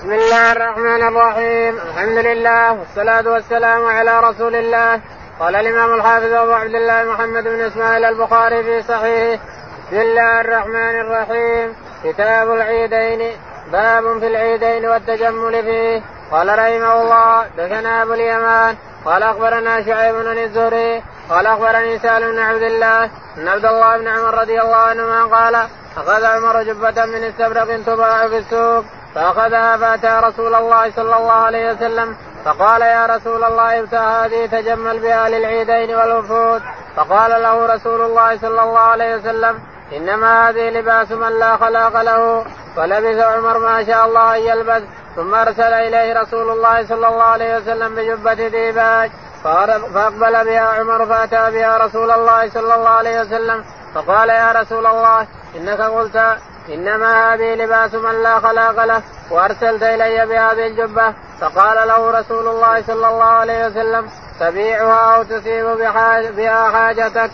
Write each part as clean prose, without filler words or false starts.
بسم الله الرحمن الرحيم. الحمد لله والصلاة والسلام على رسول الله. قال الإمام الحافظ أبو عبد الله محمد بن إسماعيل البخاري في صحيحه: بسم الله الرحمن الرحيم. كتاب العيدين. باب في العيدين والتجمل فيه. قال رحمه الله: دثنا أبو اليمان قال أخبرنا شعيب بن الزهري قال أخبرني سالم بن عبد الله أن عبد الله بن عمر رضي الله عنهما قال: أخذ عمر جبة من استبرق تباع في السوق فأخذها فأتى رسول الله صلى الله عليه وسلم فقال: يا رسول الله ابتع هذه تجمل بها للعيدين والوفود. فقال له رسول الله صلى الله عليه وسلم: إنما هذه لباس من لا خلاق له. فلبث عمر ما شاء الله أن يلبس ثم أرسل إليه رسول الله صلى الله عليه وسلم بجبة ديباج فأقبل بها عمر فأتى بها رسول الله صلى الله عليه وسلم فقال: يا رسول الله إنك قلت إنما هذه لباس من لا خلاق له وأرسلت إلي بهذه الجبة. فقال له رسول الله صلى الله عليه وسلم: تبيعها أو تصيب بها حاجتك.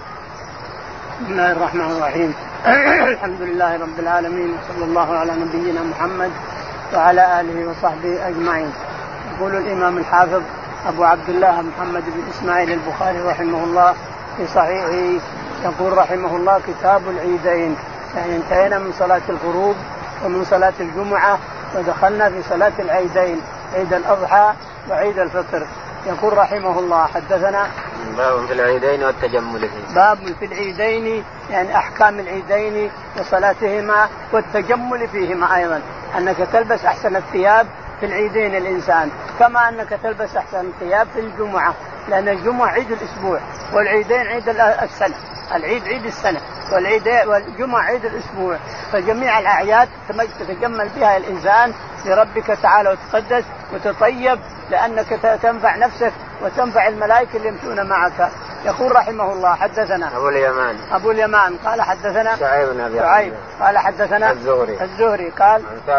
بسم الله الرحمن الرحيم. الحمد لله رب العالمين وصلى الله على نبينا محمد وعلى آله وصحبه أجمعين. يقول الإمام الحافظ أبو عبد الله محمد بن إسماعيل البخاري رحمه الله في صحيحه يقول رحمه الله: كتاب العيدين. يعني انتهينا من صلاة الغروب ومن صلاة الجمعة ودخلنا في صلاة العيدين، عيد الأضحى وعيد الفطر. يقول رحمه الله: حدثنا باب في العيدين والتجمل فيه. باب في العيدين يعني أحكام العيدين وصلاتهما والتجمل فيهما أيضا، أنك تلبس أحسن الثياب في العيدين الإنسان كما أنك تلبس أحسن الثياب في الجمعة، لأن الجمعة عيد الأسبوع والعيدين عيد السنة. العيد عيد السنة والجمعة عيد الأسبوع، فجميع الأعياد تتجمل بها الإنسان لربك تعالى وتقدس وتطيب، لأنك تنفع نفسك وتنفع الملائكة اللي يمشون معك. يقول رحمه الله: حدثنا أبو اليمان قال حدثنا شعيب قال حدثنا الزهري قال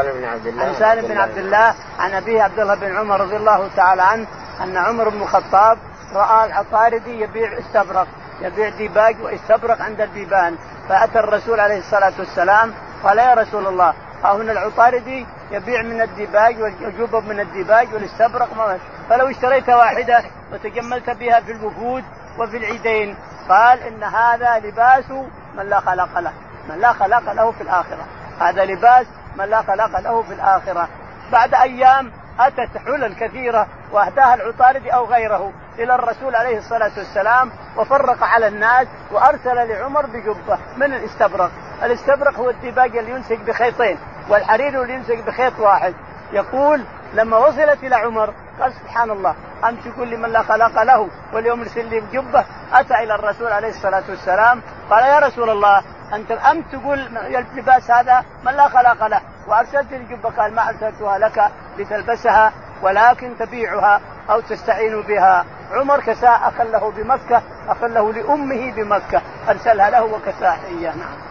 عن سالم بن عبد الله عن أبيه عبد الله بن عمر رضي الله تعالى عنه أن عمر بن الخطاب رأى العطاردي يبيع استبرق، يبيع ديباج واستبرق عند البيبان، فأتى الرسول عليه الصلاة والسلام قال: يا رسول الله، هنا العطاردي يبيع من الديباج ويجوب من الديباج والاستبرق، فلو اشتريت واحدة وتجملت بها في الوفود وفي العيدين. قال: إن هذا لباس من لا خلق له، من لا خلق له في الآخرة، هذا لباس من لا خلق له في الآخرة. بعد أيام أتت حلل كثيرة وأهداها العطاردي أو غيره إلى الرسول عليه الصلاة والسلام وفرق على الناس وأرسل لعمر بجبة من الاستبرق. الاستبرق هو الديباج اللي ينسج بخيطين، والحرير اللي ينسج بخيط واحد. يقول: لما وصلت إلى عمر قال: سبحان الله، أمس كل من لا خلق له واليوم يرسل لي بجبة. أتى إلى الرسول عليه الصلاة والسلام قال: يا رسول الله، أنت أمس تقول اللباس هذا من لا خلق له وأرسلت الجبة. قال: ما أرسلتها لك لتلبسها ولكن تبيعها أو تستعين بها. عمر كساء أخله بمكة، أخله لأمه بمكة، أرسلها له وكساء إياه.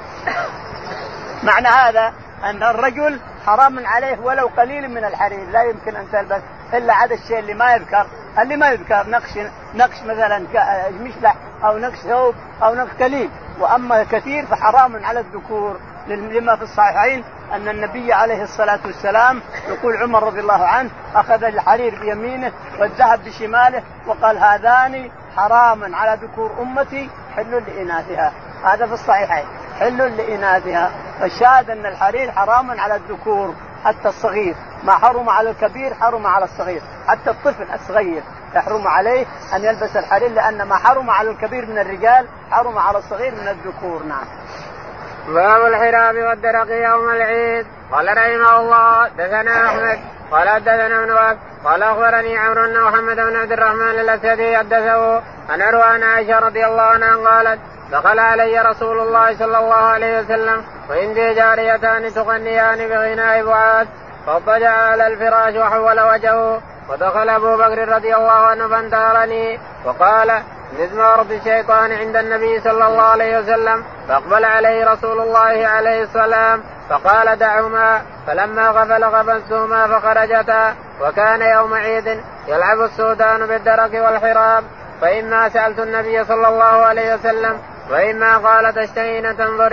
معنى هذا أن الرجل حرام عليه ولو قليل من الحرير، لا يمكن أن تلبس إلا عدا الشيء اللي ما يذكر نقش مثلا مشلح أو نقش ثوب أو نقش قليل، وأما كثير فحرام على الذكور. لما في الصحيحين أن النبي عليه الصلاة والسلام يقول: عمر رضي الله عنه أخذ الحرير بيمينه والذهب بشماله وقال: هذان حرام على ذكور أمتي حل لإناثها. هذا في الصحيحين، حل لإناثها. فالشاهد أن الحرير حرام على الذكور حتى الصغير، ما حرم على الكبير حرم على الصغير، حتى الطفل الصغير يحرم عليه أن يلبس الحرير، لأن ما حرم على الكبير من الرجال حرم على الصغير من الذكور. نعم. باب الحراب والدرق يوم العيد. قال رحمه الله: دثنا أحمد قال حدثنا ابن وهب قال أخبرني عمرو بن محمد بن عبد الرحمن الأسدي حدثه عن عروة عائشة رضي الله عنها قالت: دخل علي رسول الله صلى الله عليه وسلم وعندي جاريتان تغنيان بغناء بعاث، فاضطجع على الفراش وحول وجهه، ودخل أبو بكر رضي الله عنه فانتهرني وقال: نزمار الشيطان عند النبي صلى الله عليه وسلم، فأقبل عليه رسول الله عليه السلام فقال: دعهما. فلما غفل غفلتهما فخرجتا. وكان يوم عيد يلعب السودان بالدرك والحراب، فإما سألت النبي صلى الله عليه وسلم وإما قال: تشتهين تنظرين.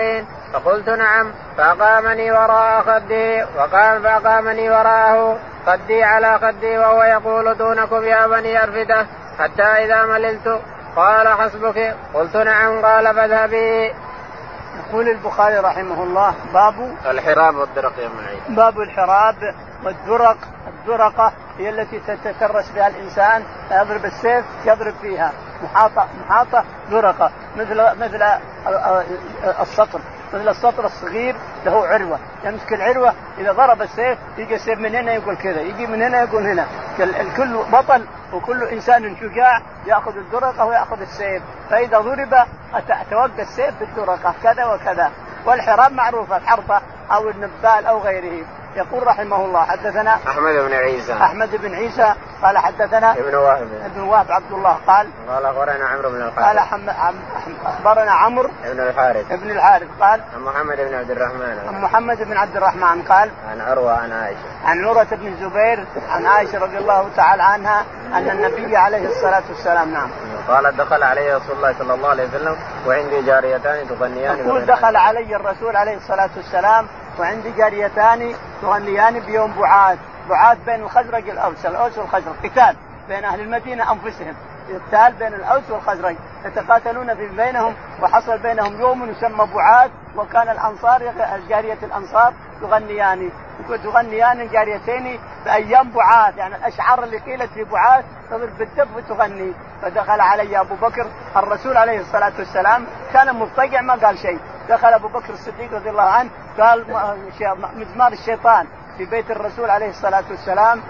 فقلت نعم، فأقامني وراء خدي، وقال فأقامني وراءه خدي على خدي وهو يقول دونكم يا بني أرفدة، حتى إذا مللت قال حسبك، قلت نعم، قال فاذهبي. يقول البخاري رحمه الله باب الحراب والدرق يا معين. باب الحراب والدرق. الدرقة هي التي تتكرس بها الإنسان، يضرب السيف يضرب فيها، محاطة درقة، مثل السطر، مثل السطر الصغير له عروة، يمسك العروة إذا ضرب السيف يجي السيف من هنا يقول كذا، يجي من هنا يقول هنا. الكل بطل وكل إنسان شجاع يأخذ الدرقة ويأخذ السيف، فإذا ضرب توقع السيف بالدرقة كذا وكذا. والحراب معروفة، الحربة أو النبال أو غيره. يقول رحمه الله حدثنا أحمد بن عيسى قال حدثنا ابن وهب عبد الله قال أخبرنا عمرو بن الحارث أخبرنا عمرو بن الحارث قال عن محمد بن عبد الرحمن قال عن عروة بن الزبير عن عائشة رضي الله تعالى عنها أن النبي عليه الصلاة والسلام نعم قال دخل علي رسول الله صلى الله عليه وسلم وعندي جاريتان تغنيان. يقول دخل علي الرسول عليه الصلاة والسلام وعندي جاريتان تغنيان بيوم بعاث بين الخزرج الأوس والخزرج، قتال بين أهل المدينة أنفسهم، قتال بين الأوس والخزرج يتقاتلون في بينهم، وحصل بينهم يوم يسمى بعاث، وكان الأنصار جارية الأنصار تغنيان الجاريتين بأيام بعاث، يعني الأشعار اللي قيلت في بعاث تضرب بالدف وتغني. فدخل علي أبو بكر الرسول عليه الصلاة والسلام كان مضطجع ما قال شيء، دخل أبو بكر الصديق رضي الله عنه قال مزمار الشيطان في بيت الرسول عليه الصلاة والسلام،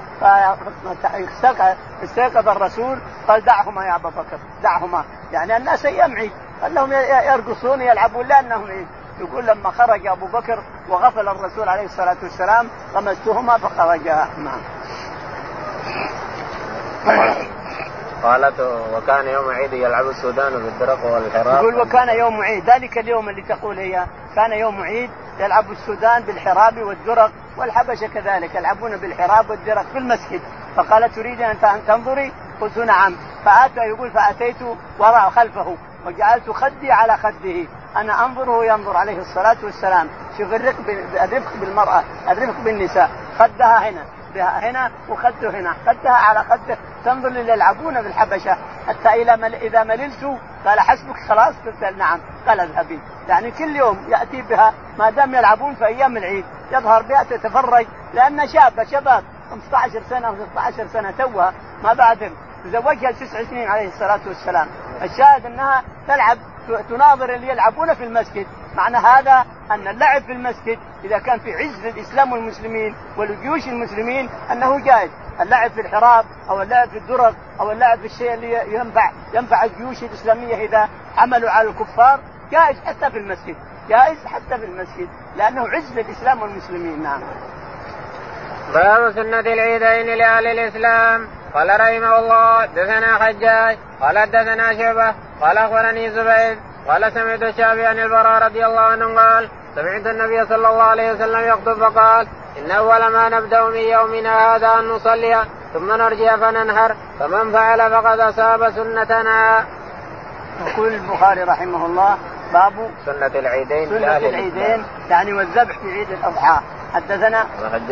فاستيقظ الرسول قال دعهما يا أبا بكر دعهما، يعني الناس أيام عيد أنهم يرقصون يلعبون لأنهم عيد. يقول لما خرج أبو بكر وغفل الرسول عليه الصلاة والسلام غمستهما فخرجا. قالت وكان يوم عيد يلعب السودان بالدرق والحراب. يقول وكان يوم عيد، ذلك اليوم اللي تقول هي كان يوم عيد يلعب السودان بالحراب والدرق، والحبشة كذلك يلعبون بالحراب والدرق في المسجد. فقالت تريد أن تنظري؟ قلت نعم. فأتيت وراء خلفه وجعلت خدي على خده، أنا أنظره ينظر عليه الصلاة والسلام. شوف الرفق بالمرأة، الرفق بالنساء، خدها هنا وخده هنا، خدها على خده، تنظر اللي يلعبون بالحبشة حتى إذا مللت قال حسبك خلاص، قلت نعم، قال اذهبي. يعني كل يوم يأتي بها ما دام يلعبون في أيام العيد يظهر بها تتفرج، لأن شباب 15 سنة أو 16 سنة توها ما بعد تزوجها 9 سنين عليه الصلاة والسلام. الشاهد أنها تلعب تناظر اللي يلعبون في المسجد. معنى هذا أن اللعب في المسجد إذا كان في عز الإسلام والمسلمين والجيوش المسلمين أنه جائز. اللعب في الحراب أو اللعب في الدرق أو اللعب في الشيء اللي ينفع الجيوش الإسلامية إذا عملوا على الكفار جائز حتى في المسجد، جائز حتى في المسجد لأنه عز للإسلام والمسلمين. نعم. باب سنة العيدين لأهل الإسلام. قال رحمه الله دثنا حجاج قال دثنا شعبة قال أخبرني زبيد قال سمعت الشافعي عن البراء رضي الله عنه قال سمعت النبي صلى الله عليه وسلم يخطب فقال إن أول ما نبدأ من يومنا هذا أن نصلي ثم نرجع فننهر، فمن فعل فقد أصاب سنتنا. يقول البخاري رحمه الله باب سنة العيدين يعني والذبح في عيد الأضحى. حدثنا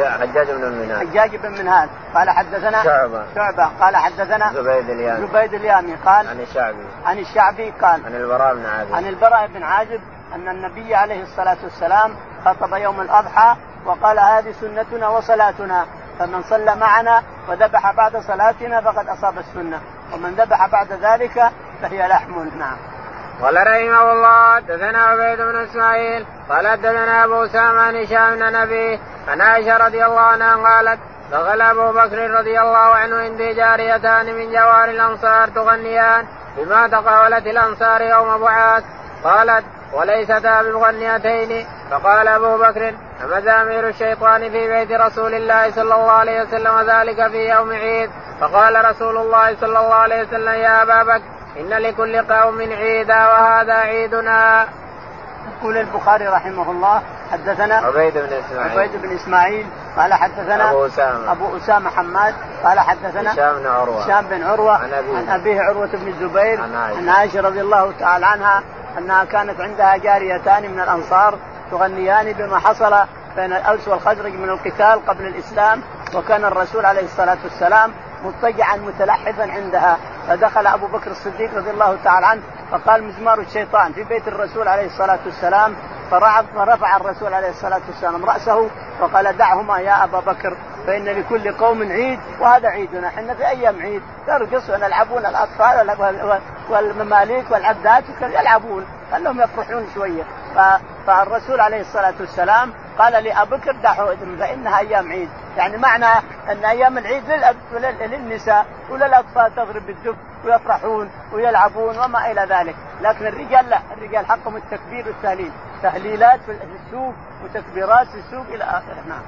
حجاج بن منهال قال حدثنا شعبة قال حدثنا زبيد اليامي قال عن الشعبي قال عن البراء بن عازب أن النبي عليه الصلاة والسلام خطب يوم الأضحى وقال هذه سنتنا وصلاتنا، فمن صلى معنا وذبح بعد صلاتنا فقد أصاب السنة، ومن ذبح بعد ذلك فهي لحم. نعم. قال رحمه الله دثنا عبيد بن اسماعيل قال دثنا ابو اسامه عن هشام بن ابي عن عائشه رضي الله عنها قالت دخل ابو بكر رضي الله عنه عندي جاريتان من جوار الانصار تغنيان بما تقاولت الانصار يوم بعاث. قالت وليستا بمغنيتين. فقال ابو بكر أمزامير الشيطان في بيت رسول الله صلى الله عليه وسلم ذلك في يوم عيد؟ فقال رسول الله صلى الله عليه وسلم يا ابا بكر إن لكل قوم عيدا وهذا عيدنا. يقول البخاري رحمه الله حدثنا عبيد بن إسماعيل قال حدثنا أبو أسامة حماد قال حدثنا هشام بن عروة عن أبيه عروة بن الزبير عن عائشة رضي الله تعالى عنها أنها كانت عندها جاريتان من الأنصار تغنيان بما حصل بين الأوس والخزرج من القتال قبل الإسلام، وكان الرسول عليه الصلاة والسلام مضطجعا متلحفا عندها، فدخل أبو بكر الصديق رضي الله تعالى عنه فقال مزمار الشيطان في بيت الرسول عليه الصلاة والسلام، فرفع الرسول عليه الصلاة والسلام رأسه وقال دعهما يا أبا بكر فإن لكل قوم عيد وهذا عيدنا، احنا في أيام عيد ترقص ونلعبون الأطفال والمماليك والعبدات يلعبون خلهم يفرحون شوية. فالرسول عليه الصلاة والسلام قال لأبي بكر دعوا فإنها أيام عيد، يعني معنى أن أيام العيد للنساء وللأطفال تضرب بالدف ويفرحون ويلعبون وما إلى ذلك، لكن الرجال لا، الرجال حقهم التكبير والتهليل، تهليلات في السوق وتكبيرات في السوق إلى آخره. نعم.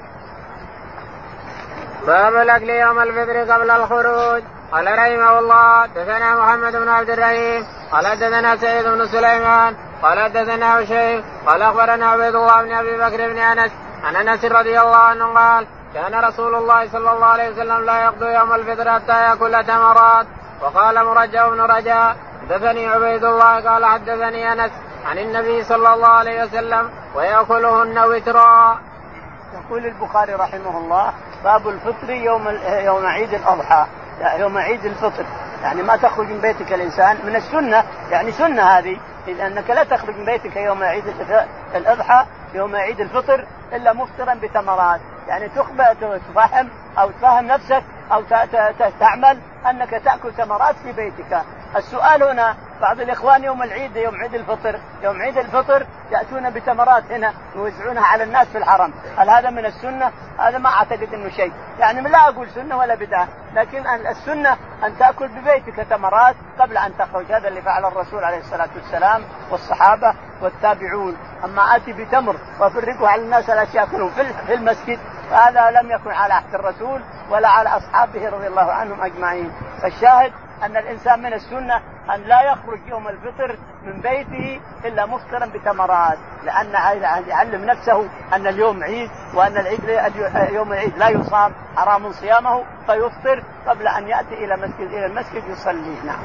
باب الأكل يوم الفطر قبل الخروج. قال رحمه الله حدثنا محمد بن عبد الرحيم قال حدثنا سعيد بن سليمان قال حدثنا هشيم قال أخبرنا عبيد الله بن أبي بكر بن أنس عن أنس رضي الله عنه قال كان رسول الله صلى الله عليه وسلم لا يقضي يوم الفطر حتى يأكل تمرات. وقال مرجع بن رجاء حدثني عبيد الله قال حدثني أنس عن النبي صلى الله عليه وسلم ويأكلهن وترا. يقول البخاري رحمه الله باب الفطر يوم عيد الأضحى، يوم عيد الفطر، يعني ما تخرج من بيتك الإنسان من السنة، يعني سنة هذه لأنك لا تخرج من بيتك يوم عيد الأضحى يوم عيد الفطر إلا مفطرا بتمرات، يعني تفهم أو تفهم نفسك أو تعمل أنك تأكل تمرات في بيتك. السؤال هنا بعض الإخوان يوم العيد يوم عيد الفطر يأتون بتمرات هنا يوزعونها على الناس في الحرم، هل هذا من السنة؟ هذا ما أعتقد إنه شيء، يعني لا أقول سنة ولا بدعة، لكن السنة أن تأكل ببيتك تمرات قبل أن تخرج، هذا اللي فعل الرسول عليه الصلاة والسلام والصحابة والتابعون. أما آتي بتمر وأفرقه على الناس الأشياء كلهم في المسجد فهذا لم يكن على عهد الرسول ولا على أصحابه رضي الله عنهم أجمعين. فالشاهد أن الإنسان من السنة أن لا يخرج يوم الفطر من بيته إلا مفطرا بتمرات، لأن يعلم نفسه أن اليوم عيد وأن يوم العيد لا يصام، حرام صيامه، فيفطر قبل أن يأتي إلى المسجد يصلي. نعم.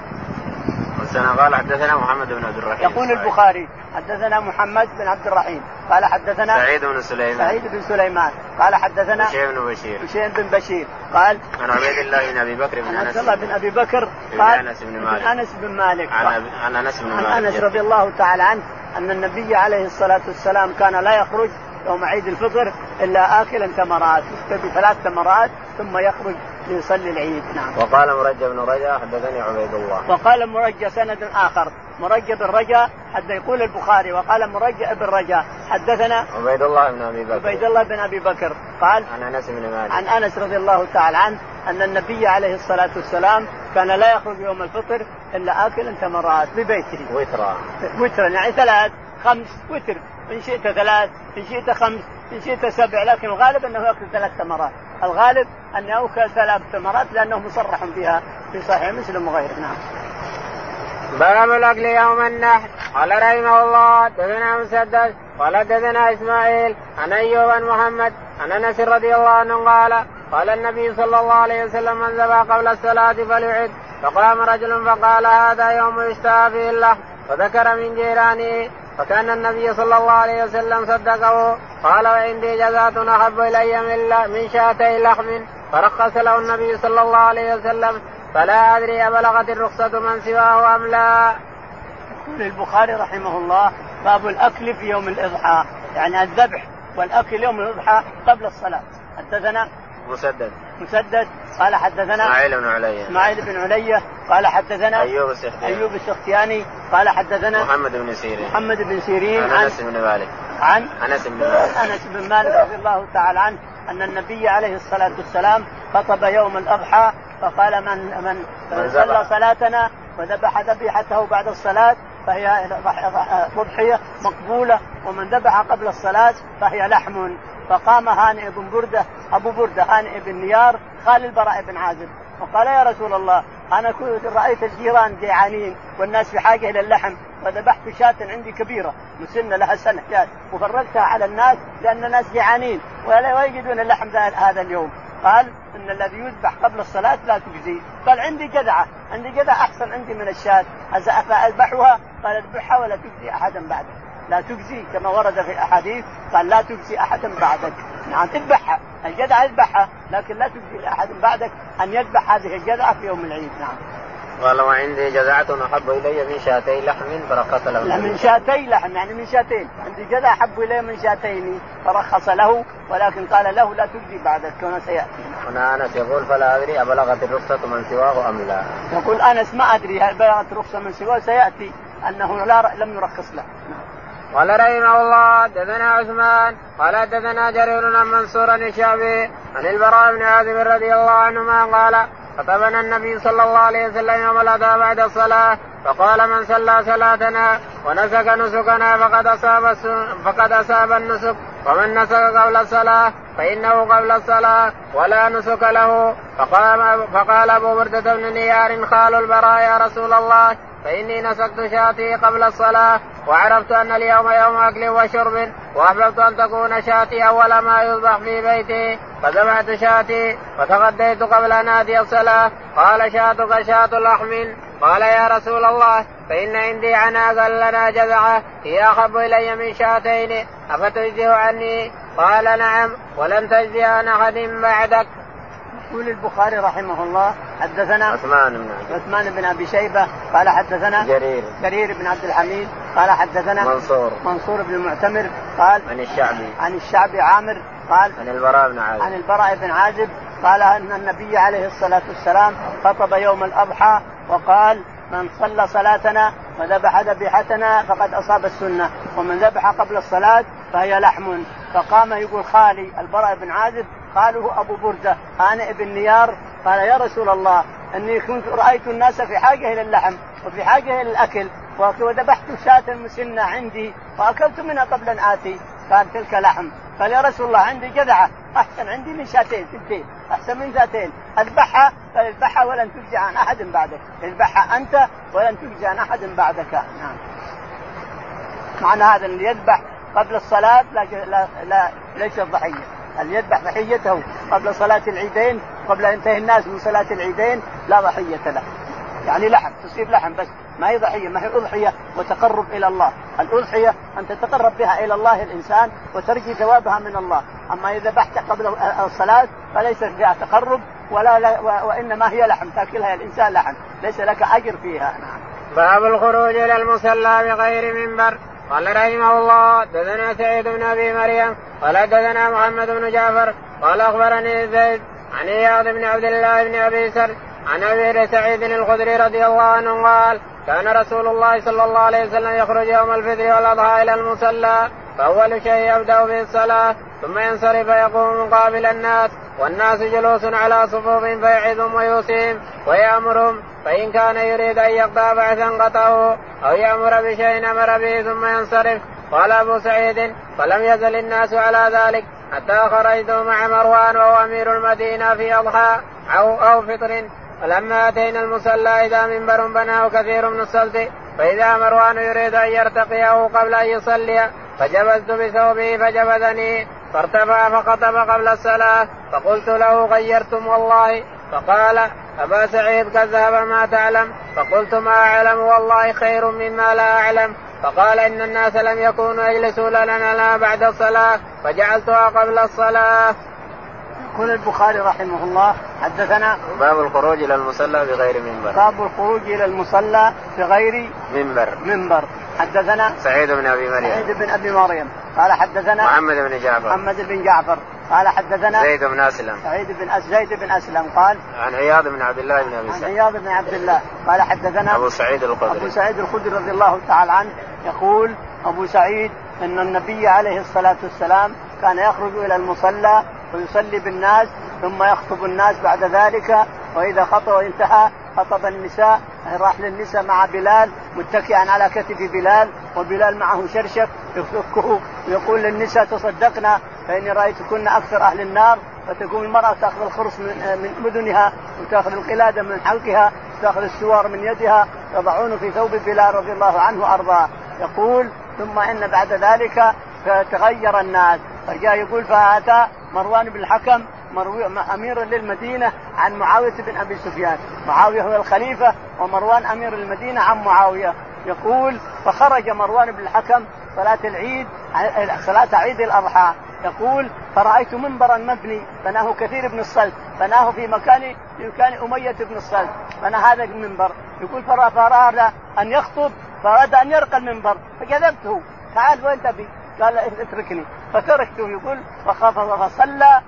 قال حدثنا محمد بن عبد الرحيم. يقول البخاري حدثنا محمد بن عبد الرحيم قال حدثنا سعيد بن سليمان قال حدثنا هشيم بن بشير قال عن عبيد الله بن أبي بكر بن أبي بكر قال أنس بن مالك عن أنس رضي الله تعالى عنه أن النبي عليه الصلاة والسلام كان لا يخرج يوم عيد الفطر إلا آكلا تمرات، يكتب 3 تمرات ثم يخرج ليصلي العيد. نعم. وقال مرجع بن رجاء حدثني عبيد الله. وقال مرجع سند آخر مرجع بن رجاء حتى يقول البخاري وقال مرجع بن رجاء حدثنا عبيد الله بن أبي بكر قال عن أنس رضي الله تعالى عنه أن النبي عليه الصلاة والسلام كان لا يخرج يوم الفطر إلا آكلا تمرات ببيته وترا، يعني 3 5 وتر، إن شئت 3 إن شئت 5 إن شئت 7، لكن الغالب أنه يأكل 3 تمرات، الغالب أن يأكل 3 تمرات لأنه مصرح بها في صحيح مسلم وغيره. نعم. باب الأكل يوم النحر. قال رحمه الله حدثنا مسدد قال حدثنا إسماعيل عن أيوب عن محمد عن أنس رضي الله عنه قال النبي صلى الله عليه وسلم من ذبح قبل الصلاة فليعد. فقام رجل فقال هذا يوم يشتهى فيه اللحم، فذكر من جيرانه، فكان النبي صلى الله عليه وسلم صدقه. قال وعندي جزاة أحب إلي من 2 لحم، فرخص له النبي صلى الله عليه وسلم، فلا أدري أبلغت الرخصة من سواه أم لا. يقول البخاري رحمه الله باب الأكل في يوم الإضحى، يعني الذبح والأكل يوم الإضحى قبل الصلاة. حدثنا مسدد قال حدثنا إسماعيل بن علية قال حدثنا أيوب السختياني قال حدثنا محمد بن سيرين عن أنس بن مالك رضي الله تعالى عنه أن النبي عليه الصلاة والسلام خطب يوم الأضحى فقال من صلى صلاتنا وذبح ذبيحته بعد الصلاة فهي ضحية مقبولة، ومن ذبح قبل الصلاة فهي لحم. فقام هانئ بن بردة أبو بردة هانئ بن نيار خال البراء بن عازب وقال يا رسول الله أنا كنت رأيت الجيران جيعانين والناس في حاجة إلى اللحم، وذبحت شاة عندي كبيرة مسنة لها سنة شاة وفرقتها على الناس لأن الناس جيعانين ولا يجدون اللحم هذا اليوم. قال إن الذي يذبح قبل الصلاة لا تجزي. قال عندي جذعة أحسن عندي من الشاة فأذبحها. قال اذبحها ولا تجزي أحدا بعد. لا تجزي كما ورد في الأحاديث قال لا تجزي أحدا بعدك. نعم تذبحها الجذعة يذبحها لكن لا تجزي لأحد بعدك أن يذبح هذه الجذعة في يوم العيد. نعم. قال وعندي جذعة أحب إلي من شاتي لحم فرخص له. لا من شاتي لحم يعني من شاتين. عندي جذعة أحب إلي من شاتين فرخص له ولكن قال له لا تجزي بعدك كما سيأتي. هنا أنس يقول فلا أدري أبلغت الرخصة من سواه أم لا. يقول أنس ما أدري هل بلغت رخصة من سواه سيأتي أنه لم يرخص له. قال رحمه الله حدثنا عثمان قال حدثنا جرير عن منصور الشعبي عن البراء بن عازب رضي الله عنهما قال خطبنا النبي صلى الله عليه وسلم يوم الأضحى بعد الصلاة فقال من صلى صلاتنا ونسك نسكنا فقد أصاب النسك ومن نسك قبل الصلاة فإنه قبل الصلاة ولا نسك له. فقال أبو بردة بن نيار خال البراء يا رسول الله فإني نسكت شاتي قبل الصلاة وعرفت أن اليوم يوم أكل وشرب وأحببت أن تكون شاتي أول ما يذبح في بيتي فذبحت شاتي وتغديت قبل أن آتي الصلاة. قال شاتك شاة لحم. قال يا رسول الله فإن عندي عناقا لنا جذعة هي أحب إلي من شاتين أفتجزئ عني؟ قال نعم ولن تجزي عن أحد بعدك. يقول البخاري رحمه الله حدثنا عثمان بن أبي شيبة قال حدثنا جرير بن عبد الحميد قال حدثنا منصور بن المعتمر قال عن الشعبي عامر قال عن البراء بن عازب قال أن النبي عليه الصلاة والسلام خطب يوم الأضحى وقال من صلى صلاتنا وذبح ذبيحتنا فقد أصاب السنة ومن ذبح قبل الصلاة فهي لحم. فقام يقول خالي البراء بن عازب قاله أبو بردة أنا ابن نيار قال يا رسول الله أني كنت رأيت الناس في حاجة إلى اللحم وفي حاجة إلى الأكل وذبحت شاة مسنة عندي وأكلت منها قبل أن آتي قال تلك لحم. قال يا رسول الله عندي جذعة أحسن عندي من شاتين ثنتين أحسن من ذاتين أذبحها فاذبحها ولن تجزي عن أحد بعدك اذبحها أنت ولن تجزي عن أحد بعدك. نعم. معنى هذا اللي يذبح قبل الصلاة لا ليس ضحية. اللي يذبح ضحيته قبل صلاة العيدين قبل أن ينتهي الناس من صلاة العيدين لا ضحية له يعني لحم تصير لحم بس ما هي ضحية ما هي أضحية وتقرب إلى الله. الأضحية أن تتقرب بها إلى الله الإنسان وترجي ثوابها من الله. أما إذا ذبحت قبل الصلاة فليس فيها تقرب وإنما هي لحم تأكلها الإنسان لحم ليس لك أجر فيها. نعم. باب الخروج إلى المصلى بغير منبر. قال رحمه الله حدثنا سعيد بن أبي مريم قال حدثنا محمد بن جعفر قال أخبرني زيد عن إياض بن عبد الله بن أبي سر عن أبي سعيد الخدري رضي الله عنه قال كان رسول الله صلى الله عليه وسلم يخرج يوم الفطر والأضحى إلى المصلى فأول شيء يبدأ بالصلاة ثم ينصرف يقوم مقابل الناس والناس جلوس على صفوف فيعظهم ويوصيهم ويأمرهم فإن كان يريد أن يقطع بعثا قطعه أو يأمر بشيء أمر به ثم ينصرف. قال أبو سعيد فلم يزل الناس على ذلك حتى خرجت مع مروان وهو أمير المدينة في أضحى أو فطر. فلما أتينا المصلى إذا منبر بناه كثير من الصلت فإذا مروان يريد أن يرتقيه قبل أن يصلي فجبزت بثوبه فجبذني فارتفع فخطب قبل الصلاة فقلت له غيرتم والله. فقال أبا سعيد قد ذهب ما تعلم. فقلت ما أعلم والله خير مما لا أعلم. فقال إن الناس لم يكونوا يجلسون لنا بعد الصلاة فجعلتها قبل الصلاة. يقول البخاري رحمه الله حدثنا باب الخروج إلى المصلى بغير منبر. باب الخروج إلى المصلى بغير منبر. حدثنا سعيد بن أبي مريم قال حدثنا محمد بن جعفر قال حدثنا زيد بن أسلم قال عن عياض بن عبد الله قال حدثنا أبو سعيد الخدري رضي الله تعالى عنه يقول أبو سعيد أن النبي عليه الصلاة والسلام كان يخرج إلى المصلى ويصلي بالناس ثم يخطب الناس بعد ذلك وإذا خطب وانتهى خطب النساء راح للنساء مع بلال متكئا على كتف بلال وبلال معه شرشف يفكه ويقول للنساء تصدقنا فإني رأيتكن أكثر أهل النار. فتقوم المرأة تأخذ الخرص من أذنها وتأخذ القلادة من حلقها وتأخذ السوار من يدها يضعون في ثوب بلال رضي الله عنه وأرضاه. يقول ثم إن بعد ذلك تغير الناس فجاء يقول فأتى مروان بن الحكم أمير للمدينة عن معاوية بن أبي سفيان. معاوية هو الخليفة ومروان أمير المدينة عن معاوية. يقول فخرج مروان بن الحكم صلاة العيد، صلاة عيد الأضحى. يقول فرأيت منبرا مبني بناه كثير بن الصلت، بناه في مكان أمية بن الصلت، بنى هذا المنبر. يقول فرأى أن يخطب، فأراد أن يرقى المنبر فجذبته، تعال وين تبي؟ قال اتركني، فتركته. يقول فصلى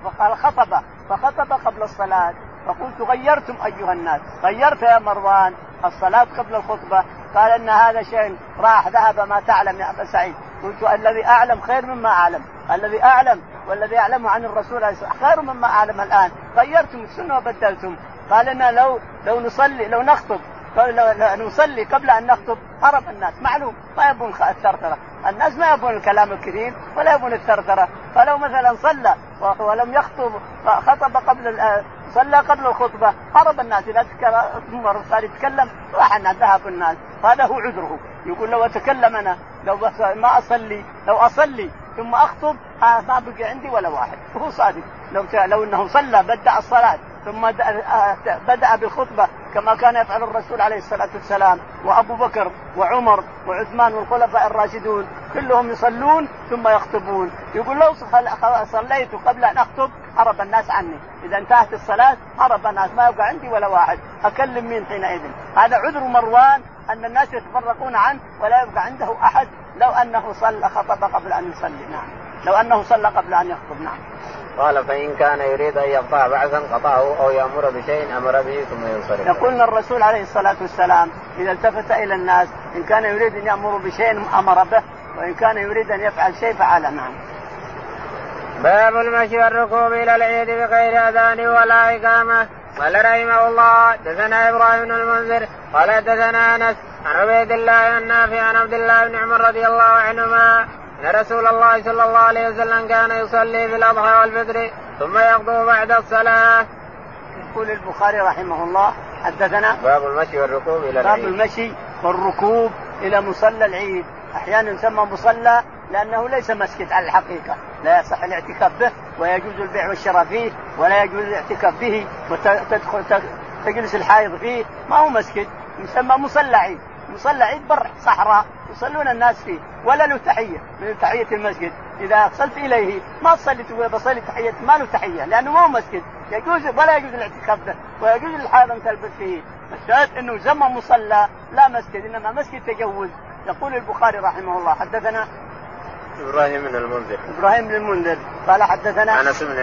فخطب قبل الصلاة. فقلت غيرتم أيها الناس، غيرت يا مروان الصلاة قبل الخطبة. قال إن هذا شيء راح ذهب ما تعلم يا أبا سعيد. قلت الذي أعلم خير مما أعلم، الذي أعلم والذي أعلم عن الرسول خير مما أعلم الآن، غيرتم السنة وبدلتم. قال إن لو نخطب نصلي قبل أن نخطب هرب الناس، معلوم ما يبون الثرثرة، الناس ما يبون الكلام الكثير ولا يبون الثرثرة. فلو مثلا صلى ولم يخطب خطب صلى قبل الخطبة هرب الناس، إذا صار يتكلم راح الناس ذهب الناس، هذا هو عذره. يقول لو أتكلم أنا لو أصلي ثم أخطب ما بقي عندي ولا واحد، وهو صادق. لو أنه صلى بدأ الصلاة ثم بدأ بالخطبة كما كان يفعل الرسول عليه الصلاة والسلام وأبو بكر وعمر وعثمان والخلفاء الراشدون كلهم يصلون ثم يخطبون. يقول لو صليت قبل أن أخطب هرب الناس عني، إذا انتهت الصلاة هرب الناس، ما يبقى عندي ولا واحد، أكلم مين حينئذ؟ هذا عذر مروان أن الناس يتفرقون عنه ولا يبقى عنده أحد لو أنه خطب قبل أن يصلي. نعم، لو أنه صلى قبل أن يخطب. نعم. قال فإن كان يريد أن يقطع بعثا قطعه أو يأمر بشيء أمر به ثم ينصرف. يقول الرسول عليه الصلاة والسلام إذا التفت إلى الناس إن كان يريد أن يأمر بشيء أمر به، وإن كان يريد أن يفعل شيء فعله. نعم. باب المشي والركوب إلى العيد بغير أذان ولا إقامة. قال رحمه الله دثنا إبراهيم بن المنذر قال دثنا أنس عن عبيد الله النافع عن عبد الله بن عمر رضي الله عنهما أن رسول الله صلى الله عليه وسلم كان يصلي في الأضحى والفطر ثم يقضي بعد الصلاة. يقول البخاري رحمه الله حدثنا باب المشي والركوب إلى العيد. باب المشي والركوب إلى مصلى العيد. أحيانا يسمى مصلى لأنه ليس مسجد على الحقيقة، لا يصح الاعتكاف به ويجوز البيع والشراء فيه ولا يجوز الاعتكاف به وتدخل تجلس الحائض فيه، ما هو مسجد، يسمى مصلى عيد. مصلى عيد بر صحراء يصلون الناس فيه ولا له تحية من تحية المسجد. إذا وصلت إليه ما تصلي تقول بصلي تحية، ما له تحية لأنه ما هو مسجد، يجوز ولا يجوز الاعتكاف به ويجوز الحائض أن تلبس فيه. الشاهد إنه يسمى مصلى لا مسجد، إنما مسجد تجوز. يقول البخاري رحمه الله حدثنا إبراهيم بن المنذر قال حدثنا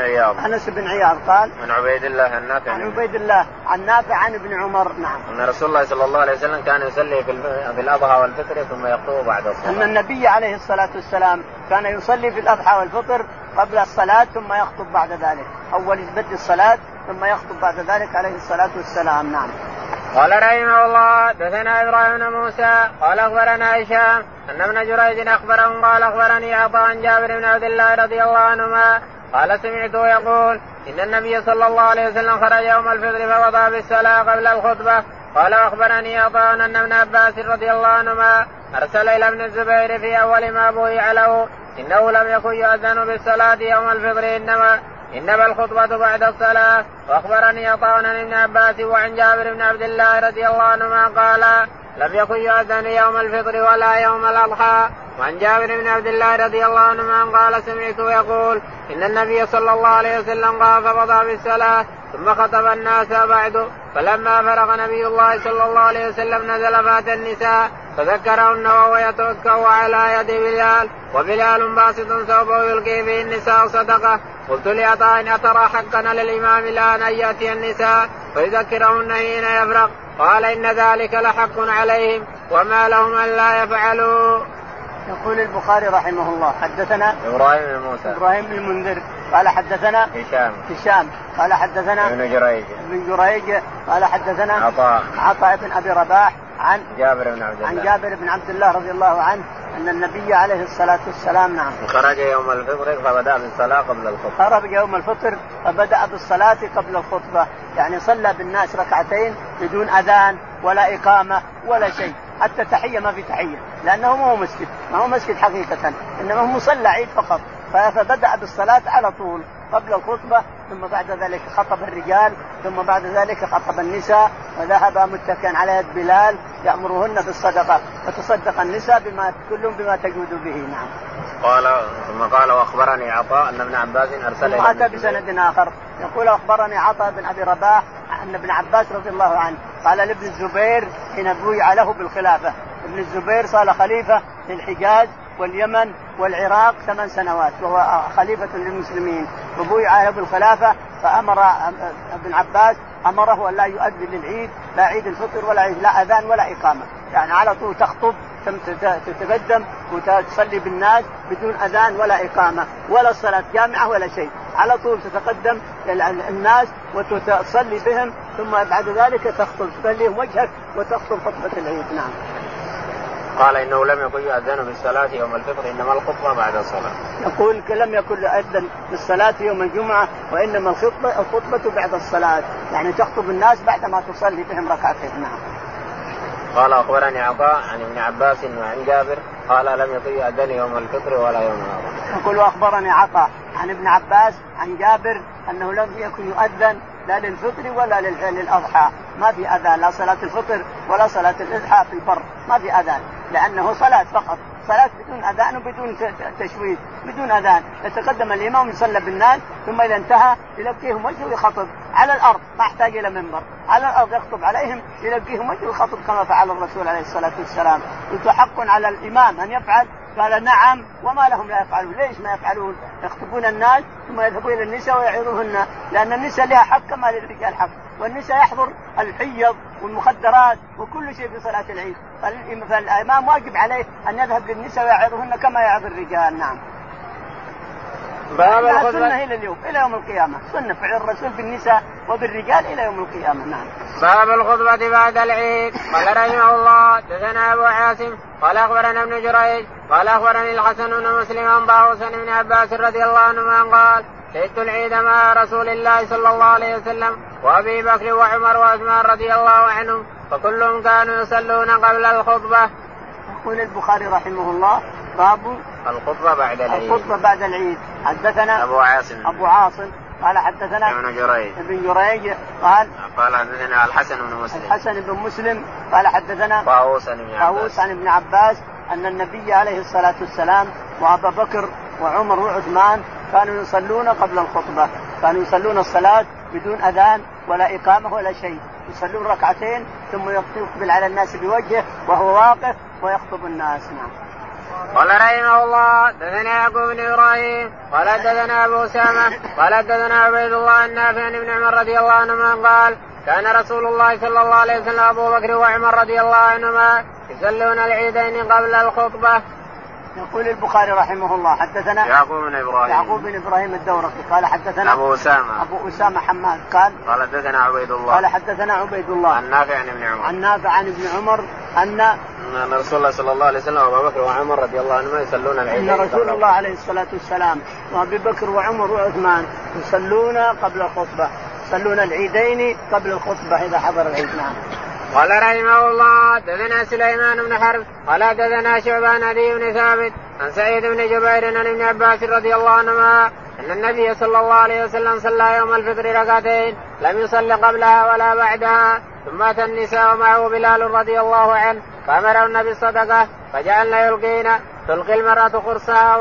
أنس بن عياض قال عن عبيد الله النافع عن عبيد الله عن نافع عن ابن عمر. نعم. أن رسول الله صلى الله عليه وسلم كان يصلي في الأضحى والفطر ثم يخطب بعد الصلاة. أن النبي عليه الصلاة والسلام كان يصلي في الأضحى والفطر قبل الصلاة ثم يخطب بعد ذلك، أول يبدأ الصلاة ثم يخطب بعد ذلك عليه الصلاة والسلام. نعم. قال رحمه الله دثنا إبراهيم بن موسى قال أخبرنا هشام أن ابن جريج أخبرهم قال أخبرني عطاء عن جابر بن عبد الله رضي الله عنهما قال سمعته يقول إن النبي صلى الله عليه وسلم خرج يوم الفطر فوضع بالصلاة قبل الخطبة. قال أخبرني عطاء أن ابن عباس رضي الله عنهما أرسل إلى ابن الزبير في أول ما بويع له إنه لم يكن يؤذن بالصلاة يوم الفطر إنما الخطبة بعد الصلاة. وأخبرني عطاء عن ابن عباس وعن جابر بن عبد الله رضي الله عنهما قال لم يكن يؤذن يوم الفطر ولا يوم الأضحى. وعن جابر بن عبد الله رضي الله عنهما قال سمعته يقول إن النبي صلى الله عليه وسلم قام فقضى بالصلاة ثم خطب الناس بعد، فلما فرغ نبي الله صلى الله عليه وسلم نزل فات النساء فذكرهن وهو يتوكأ على يد بلال وبلال باسط ثوبه يلقي به النساء صدقة. قلت لعطاء أترى حقا للإمام الآن أن يأتي النساء فيذكرهن حين يفرغ؟ قال إن ذلك لحق عليهم وما لهم أن لا يفعلوا. يقول البخاري رحمه الله حدثنا إبراهيم بن المنذر قال حدثنا هشام قال حدثنا ابن جريج قال حدثنا عطاء بن أبي رباح عن جابر بن عبد الله رضي الله عنه أن النبي عليه الصلاة والسلام نعم خرج يوم الفطر فبدأ بالصلاة قبل الخطبة. خرج يوم الفطر فبدأ بالصلاة قبل الخطبة، يعني صلى بالناس ركعتين بدون أذان ولا إقامة ولا شيء، حتى تحية ما في تحية لأنه ما هو مسجد حقيقة، إنما هو مصلى عيد فقط. فبدأ بالصلاة على طول قبل الخطبة، ثم بعد ذلك خطب الرجال، ثم بعد ذلك خطب النساء، وذهب متكئا على يد بلال يأمرهن بالصدقة، وتصدق النساء كلهم بما تجود به. نعم. ثم قال واخبرني عطاء ان ابن عباس ارسل ثم اتى بسند اخر يقول اخبرني عطاء بن ابي رباح ان ابن عباس رضي الله عنه قال لابن الزبير حين بويع له بالخلافه. ابن الزبير صار خليفه للحجاز واليمن والعراق 8 سنوات، وهو خليفه للمسلمين، وبويع له بالخلافه. فامر ابن عباس امره ان لا يؤذن للعيد، لا عيد الفطر ولا عيد، لا اذان ولا اقامه، يعني على طول تخطب تتقدم وتصلي بالناس بدون أذان ولا إقامة ولا صلاة جامعة ولا شيء، على طول تتقدم الناس وتصلي بهم، ثم بعد ذلك تخطب تخليهم وجهك وتخطب خطبة العيد. نعم. قال إنه لم يكن يؤذن بالصلاة يوم الفطر، إنما الخطبة بعد الصلاة. يقول لم يكن يؤذن بالصلاة يوم الجمعة، وإنما الخطبة بعد الصلاة، يعني تخطب الناس بعد ما تصلي بهم ركعتين. نعم. قال أخبرني عطاء عن ابن عباس وعن جابر قال لم يكن يؤذن يوم الفطر ولا يوم الأضحى. يقول أخبرني عطاء عن ابن عباس عن جابر أنه لم يكن يؤذن لا للفطر ولا للأضحى، ما في أذان، لا صلاة الفطر ولا صلاة الأضحى في البر ما في أذان، لأنه صلاة فقط، صلاة بدون أذان وبدون تشويش، بدون أذان. يتقدم الإمام يصلي بالناس، ثم إذا انتهى يلقيهم وجهه ويخطب على الأرض، ما يحتاج إلى منبر، على الأرض يخطب عليهم يلقيهم وجهه ويخطب كما فعل الرسول عليه الصلاة والسلام. قلت حق على الإمام أن يفعل، قال نعم، وما لهم لا يفعلون. ليش ما يفعلون؟ يخطبون الناس ثم يذهبون إلى النساء ويعظهن، لأن النساء لها حق كما للرجال حق، والنساء يحضر الحيض والمخدرات وكل شيء في صلاة العيد، فالإمام واجب عليه أن يذهب للنساء ويعظهن كما يعظ الرجال. نعم. باب الخطبة سنة إلى يوم القيامة، سنة فعل الرسول بالنساء وبالرجال إلى يوم القيامة. نعم. باب الخطبة بعد العيد. قال رحمه الله دثنا أبو عاصم قال أخبرنا ابن جريج قال أخبرني الحسن بن مسلم عن طاووس بن عباس رضي الله عنهما قال شهدت العيد مع رسول الله صلى الله عليه وسلم وأبي بكر وعمر وعثمان رضي الله عنهم، فكلهم كانوا يصلون قبل الخطبة. يقول البخاري رحمه الله باب الخطبة بعد العيد. الخطبة بعد العيد. حدثنا أبو عاصم قال حدثنا ابن جريج قال حدثنا الحسن بن مسلم قال حدثنا طاووس عن ابن عباس أن النبي عليه الصلاة والسلام وأبا بكر وعمر وعثمان كانوا يصلون قبل الخطبة، كانوا يصلون الصلاة بدون أذان ولا إقامة ولا شيء، يصلون ركعتين ثم يقبل على الناس بوجهه وهو واقف ويخطب الناس. نعم. قال رحمه الله دثنا يعقوب بن إبراهيم قال دثنا أبو أسامة قال دثنا عبيد الله النافع عن ابن عمر رضي الله عنهما قال كان رسول الله صلى الله عليه وسلم أبو بكر وعمر رضي الله عنهما يصلون العيدين قبل الخطبة. يقول البخاري رحمه الله حدثنا يعقوب بن إبراهيم الدورقي قال حدثنا أبو أسامة حماد قال حدثنا عبيد الله قال حدثنا عبيد الله النافع عن ابن عمر أن رسول الله صلى الله عليه وسلم وأبو بكر وعمر رضي الله عنهما يصلون العيدين. أن رسول الله عليه الصلاة والسلام وأبي بكر وعمر وعثمان يصلون قبل الخطبة، يصلون العيدين قبل الخطبة إذا حضر العيد. نعم. قال رحمه الله دثنا سليمان بن حرب قال دثنا شعبان علي بن ثابت عن سعيد بن جبير عن ابن عباس رضي الله عنهما أن النبي صلى الله عليه وسلم صلى يوم الفطر ركعتين لم يصل قبلها ولا بعدها، ثم أتى النساء ومعه بلال رضي الله عنه فأمرهن بالصدقة فجعلنا يلقين تلقي المرأة خرصها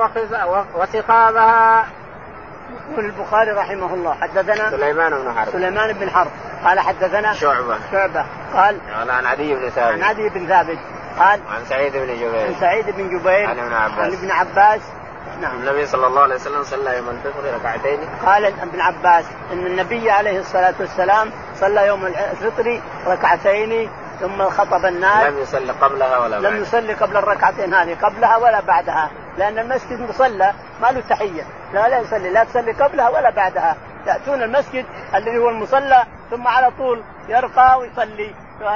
وسخابها. يقول البخاري رحمه الله حدثنا سليمان بن حرب قال حدثنا شعبة قال عن عدي بن ثابت قال عن سعيد بن جبير عن ابن عباس. نعم. النبي صلى الله عليه وسلم صلى يوم الفطر ركعتين. قال ابن عباس ان النبي عليه الصلاة والسلام صلى يوم الفطر ركعتين ثم خطب الناس، لم يصلي قبل الركعتين هذه قبلها ولا بعدها، لأن المسجد مصلى ما له تحية، لا يصلي، لا تصلي قبلها ولا بعدها، يأتون المسجد الذي هو المصلى ثم على طول يرقى ويصلي،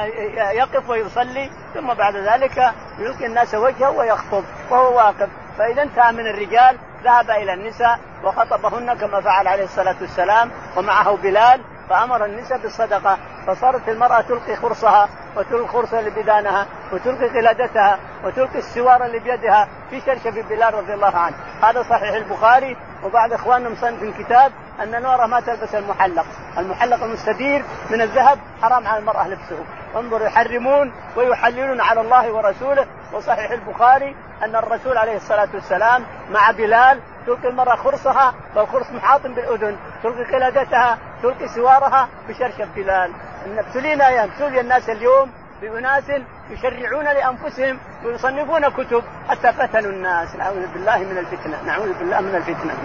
يقف ويصلي، ثم بعد ذلك يلقي الناس وجهه ويخطب وهو واقف. فإذا انتهى من الرجال ذهب إلى النساء وخطبهن كما فعل عليه الصلاة والسلام ومعه بلال، فأمر النساء بالصدقة، فصارت المرأة تلقي خرصها وتلقي الخرصة اللي بدانها وتلقي قلادتها وتلقي السوار اللي بيدها في شرشف بلال رضي الله عنه، هذا صحيح البخاري. وبعض إخواننا مصنف كتاب أن المرأة ما تلبس المحلق المستدير من الذهب حرام على المرأة لبسه. انظر يحرمون ويحللون على الله ورسوله. وصحيح البخاري أن الرسول عليه الصلاة والسلام مع بلال تلقي المرأة خرصها والخرص محاط بالأذن، تلقي قلادتها، تلقي سوارها بشرشف بلال. إن ابتلينا يبتلي الناس اليوم بأناس يشرعون لأنفسهم ويصنفون كتب حتى فتنوا الناس. نعوذ بالله من الفتنة، نعوذ بالله من الفتنة.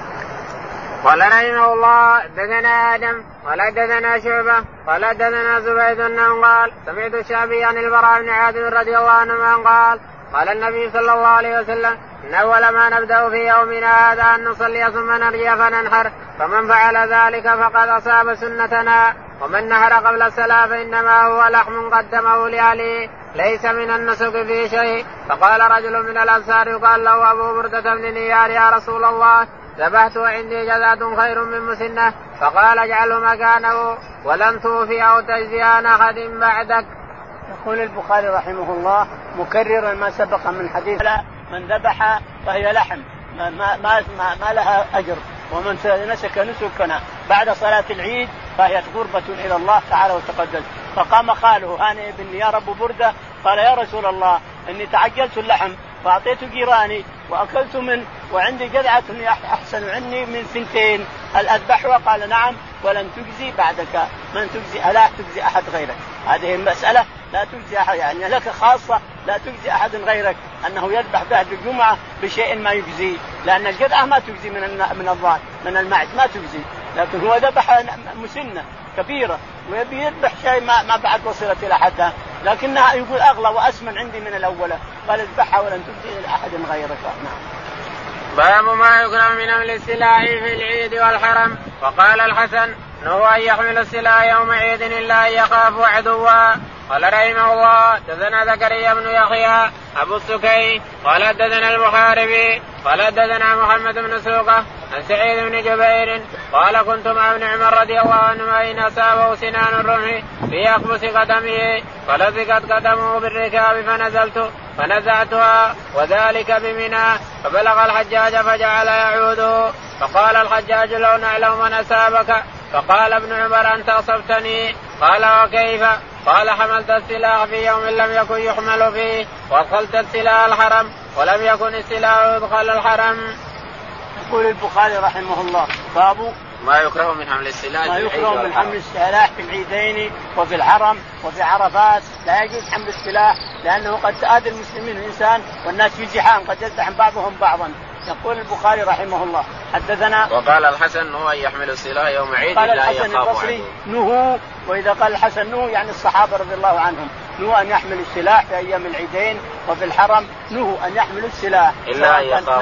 قال رحمه الله دثنا آدم ولا دثنا شعبة قال دثنا زبيد أنه قال سمعت الشعبي عن البراء بن عازب رضي الله عنه قال قال النبي صلى الله عليه وسلم إن أول ما نبدأ في يومنا هذا أن نصلي ثم نرجع فننحر، فمن فعل ذلك فقد أصاب سنتنا، ومن نحر قبل الصلاة فإنما هو لحم قدمه لأهله ليس من النسك فيه شيء. فقال رجل من الأنصار يقال له أبو بردة بن نيار يا رسول الله ذبحت وعندي جزاة خير من مسنة، فقال اجعله مكانه ولن توفي أو تجزي عن أحد بعدك. يقول البخاري رحمه الله مكررا ما سبق من حديث من ذبح فهي لحم ما لها أجر، ومن نسك نسكنا بعد صلاة العيد فهي قربة إلى الله تعالى وتقدس. فقام خاله هانئ بن نيار أبو بردة قال يا رسول الله إني تعجلت اللحم فأعطيت جيراني وأكلت منه وعندي جذعة أحسن عني من سنتين، هل أذبحها؟ قال نعم ولن تجزي بعدك، من تجزي ألا تجزي أحد غيرك. هذه المسألة لا تجزي أحد، يعني لك خاصة لا تجزي أحد غيرك، أنه يذبح بعد الجمعة بشيء ما يجزي، لأن الجذعة ما تجزي من الضان من المعز ما تجزي، لكن هو ذبح مسنة كبيرة ويبي يذبح شيء ما بعد وصلت إلى حدها، لكنها يقول أغلى وأسمن عندي من الأولى، قال اذبحها ولن تجزي لأحد غيرك. باب ما يكره من حمل السلاح في العيد والحرم. وقال الحسن نهو أن يحمل السلاح يوم عيد إلا أن يخاف عدوا. قال رحمه الله دثنا زكريا بن يحيى أبو السكي قال دثنا المحاربي قال دثنا محمد بن سوقة عن سعيد بن جبير قال كنت مع ابن عمر رضي الله عنهما حين أصابه سنان الرمح في أخبص قدمه فلزقت قدمه بالركاب فنزلت فنزعتها وذلك بمنى، فبلغ الحجاج فجعل يعوده، فقال الحجاج لو نعلم من أصابك، فقال ابن عمر أنت أصبتني، قال وكيف؟ قال حملت السلاح في يوم لم يكن يحمل فيه وادخلت السلاح الحرم ولم يكن السلاح يدخل الحرم. يقول البخاري رحمه الله باب ما يكره من حمل السلاح ما يكره من حمل السلاح في العيدين وفي الحرم وفي عرفات. لا يجوز حمل السلاح لأنه قد تآذي المسلمين الإنسان والناس في زحام قد يزدحم بعضهم بعضا. يقول البخاري رحمه الله حدثنا وقال الحسن هو أن يحمل السلاح يوم عيد قال الحسن البصري نهو، وإذا قال الحسن نهو يعني الصحابة رضي الله عنهم نهو أن يحمل السلاح في أيام العيدين وفي الحرم، نهو أن يحملوا السلاح إلا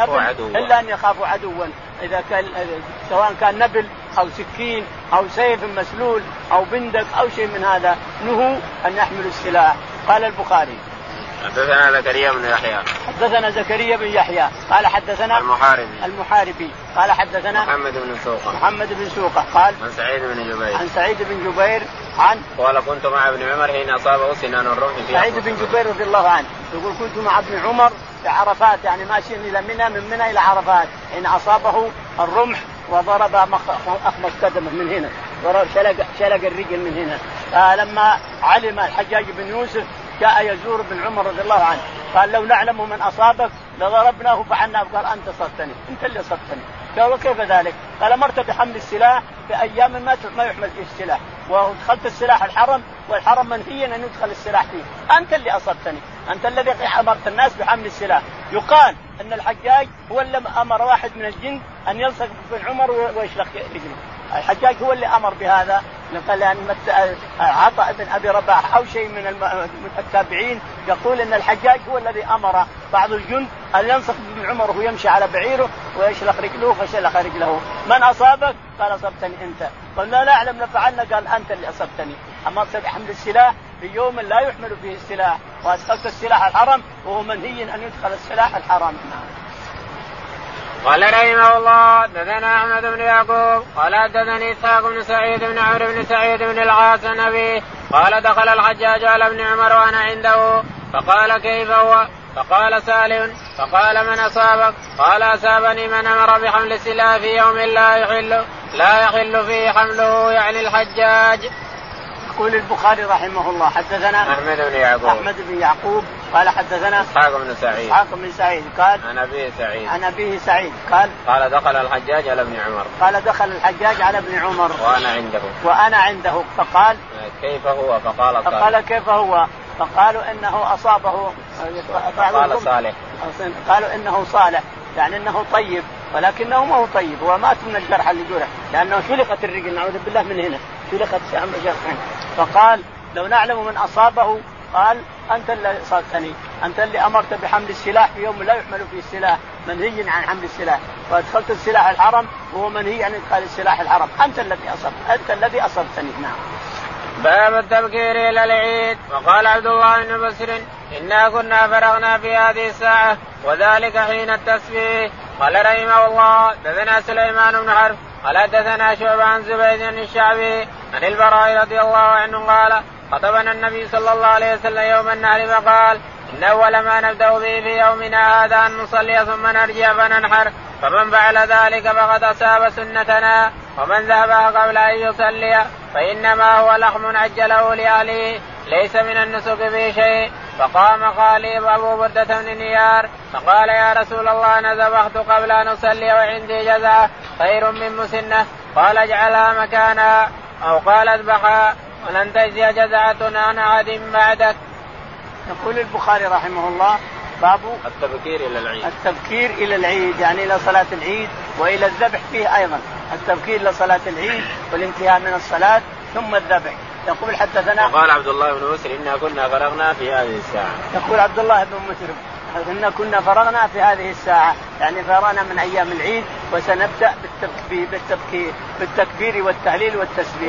أن يخافوا عدوا إذا كان سواء كان نبل أو سكين أو سيف مسلول أو بندق أو شيء من هذا نهو أن يحملوا السلاح. قال البخاري حدثنا زكريا بن يحيى حدثنا زكريا بن يحيى قال حدثنا المحاربي قال حدثنا محمد بن سوقة قال عن سعيد بن جبير قال كنت مع ابن عمر حين أصابه سنان الرمح. سعيد بن جبير رضي الله عنه يقول كنت مع ابن عمر في عرفات، يعني ماشي إلى منى من منى إلى عرفات، حين أصابه الرمح وضرب أخمص قدمه من هنا، ضرب شلق الرجل من هنا. فلما علم الحجاج بن يوسف جاء يزور ابن عمر رضي الله عنه قال لو نعلم من أصابك لضربناه فعناه، قال أنت صبتني، أنت اللي صبتني. قال وكيف ذلك؟ قال مرت بحمل السلاح في أيام ما يحمل فيه السلاح، ودخلت السلاح الحرم والحرم منهي أن يدخل السلاح فيه، أنت اللي أصبتني، أنت الذي أمرت الناس بحمل السلاح. يقال أن الحجاج هو اللي أمر واحد من الجند أن يلصق بن عمر ويشلق رجله، الحجاج هو اللي أمر بهذا. قال أن عطاء بن أبي رباح أو شيء من التابعين يقول أن الحجاج هو الذي أمر بعض الجند أن ينصف بن عمر وهو يمشي على بعيره ويشلق رجله، فشلق رجله. من أصابك؟ قال أصبتني أنت. قلنا لا أعلم لفعلنا، قال أنت اللي أصبتني. أمرت بحمل السلاح في يوم لا يحمل فيه السلاح، وأسقطت السلاح الحرم وهو منهي أن يدخل السلاح الحرم. قال رحمه الله دثنا أحمد بن يعقوب قال دثني إسحاق بن سعيد بن عمرو بن سعيد بن العاص النبي قال دخل الحجاج على ابن عمر وأنا عنده فقال كيف هو؟ فقال سالم فقال من أصابك؟ قال أصابني من أمر بحمل السلاح في يوم لا يحل فيه حمله يعني الحجاج. يقول البخاري رحمه الله حدثنا أحمد بن يعقوب قال حدثنا إسحاق بن سعيد قال عن أبيه سعيد قال دخل الحجاج على ابن عمر وأنا عنده فقال كيف هو؟ كيف هو؟ فقالوا إنه أصابه قالوا إنه صالح يعني إنه طيب ولكنه ما هو طيب هو مات من الجرح اللي جرح لأنه شلقت الرجل نعوذ بالله من هنا شلقت جرحين. فقال لو نعلم من أصابه قال أنت اللي أصبتني أنت اللي أمرت بحمل السلاح في يوم لا يحمل فيه السلاح منهي عن حمل السلاح وأدخلت السلاح الحرم وهو منهي عن إدخال السلاح الحرم أنت الذي أصبتني. نعم. باب التبكير إلى العيد. وقال عبد الله بن بسر إنا كنا فرغنا في هذه الساعة وذلك حين التسبيح. قال رحمه الله دثنا سليمان بن حرب قال دثنا شعبة عن زبيد بن الشعبي عن البراء رضي الله عنه قال خطبنا النبي صلى الله عليه وسلم يوم النحر فقال إن أول ما نبدأ به في يومنا هذا أن نصلي ثم نرجع فننحر فمن فعل ذلك فقد أصاب سنتنا ومن ذهب قبل أن يصلي فإنما هو لحم عجله لأهله ليس من النسك في شيء. فقام خالي أبو بردة بن نيار فقال يا رسول الله أنا ذبحت قبل أن أصلي وعندي جزعة خير من مسنة قال اجعلها مكانها أو قال اذبحها ولن تجزي جزعة عن أحد بعدك. يقول البخاري رحمه الله باب التبكير إلى العيد يعني إلى صلاة العيد وإلى الذبح فيه أيضا التبكير إلى صلاة العيد والانتهاء من الصلاة ثم الذبح. يقول حدثنا وقال عبد الله بن مسر إنا كنا فرغنا في هذه الساعة. يقول عبد الله بن مسر إنا كنا فرغنا في هذه الساعة يعني فرغنا من أيام العيد وسنبدأ بالتكبير والتهليل والتسبيح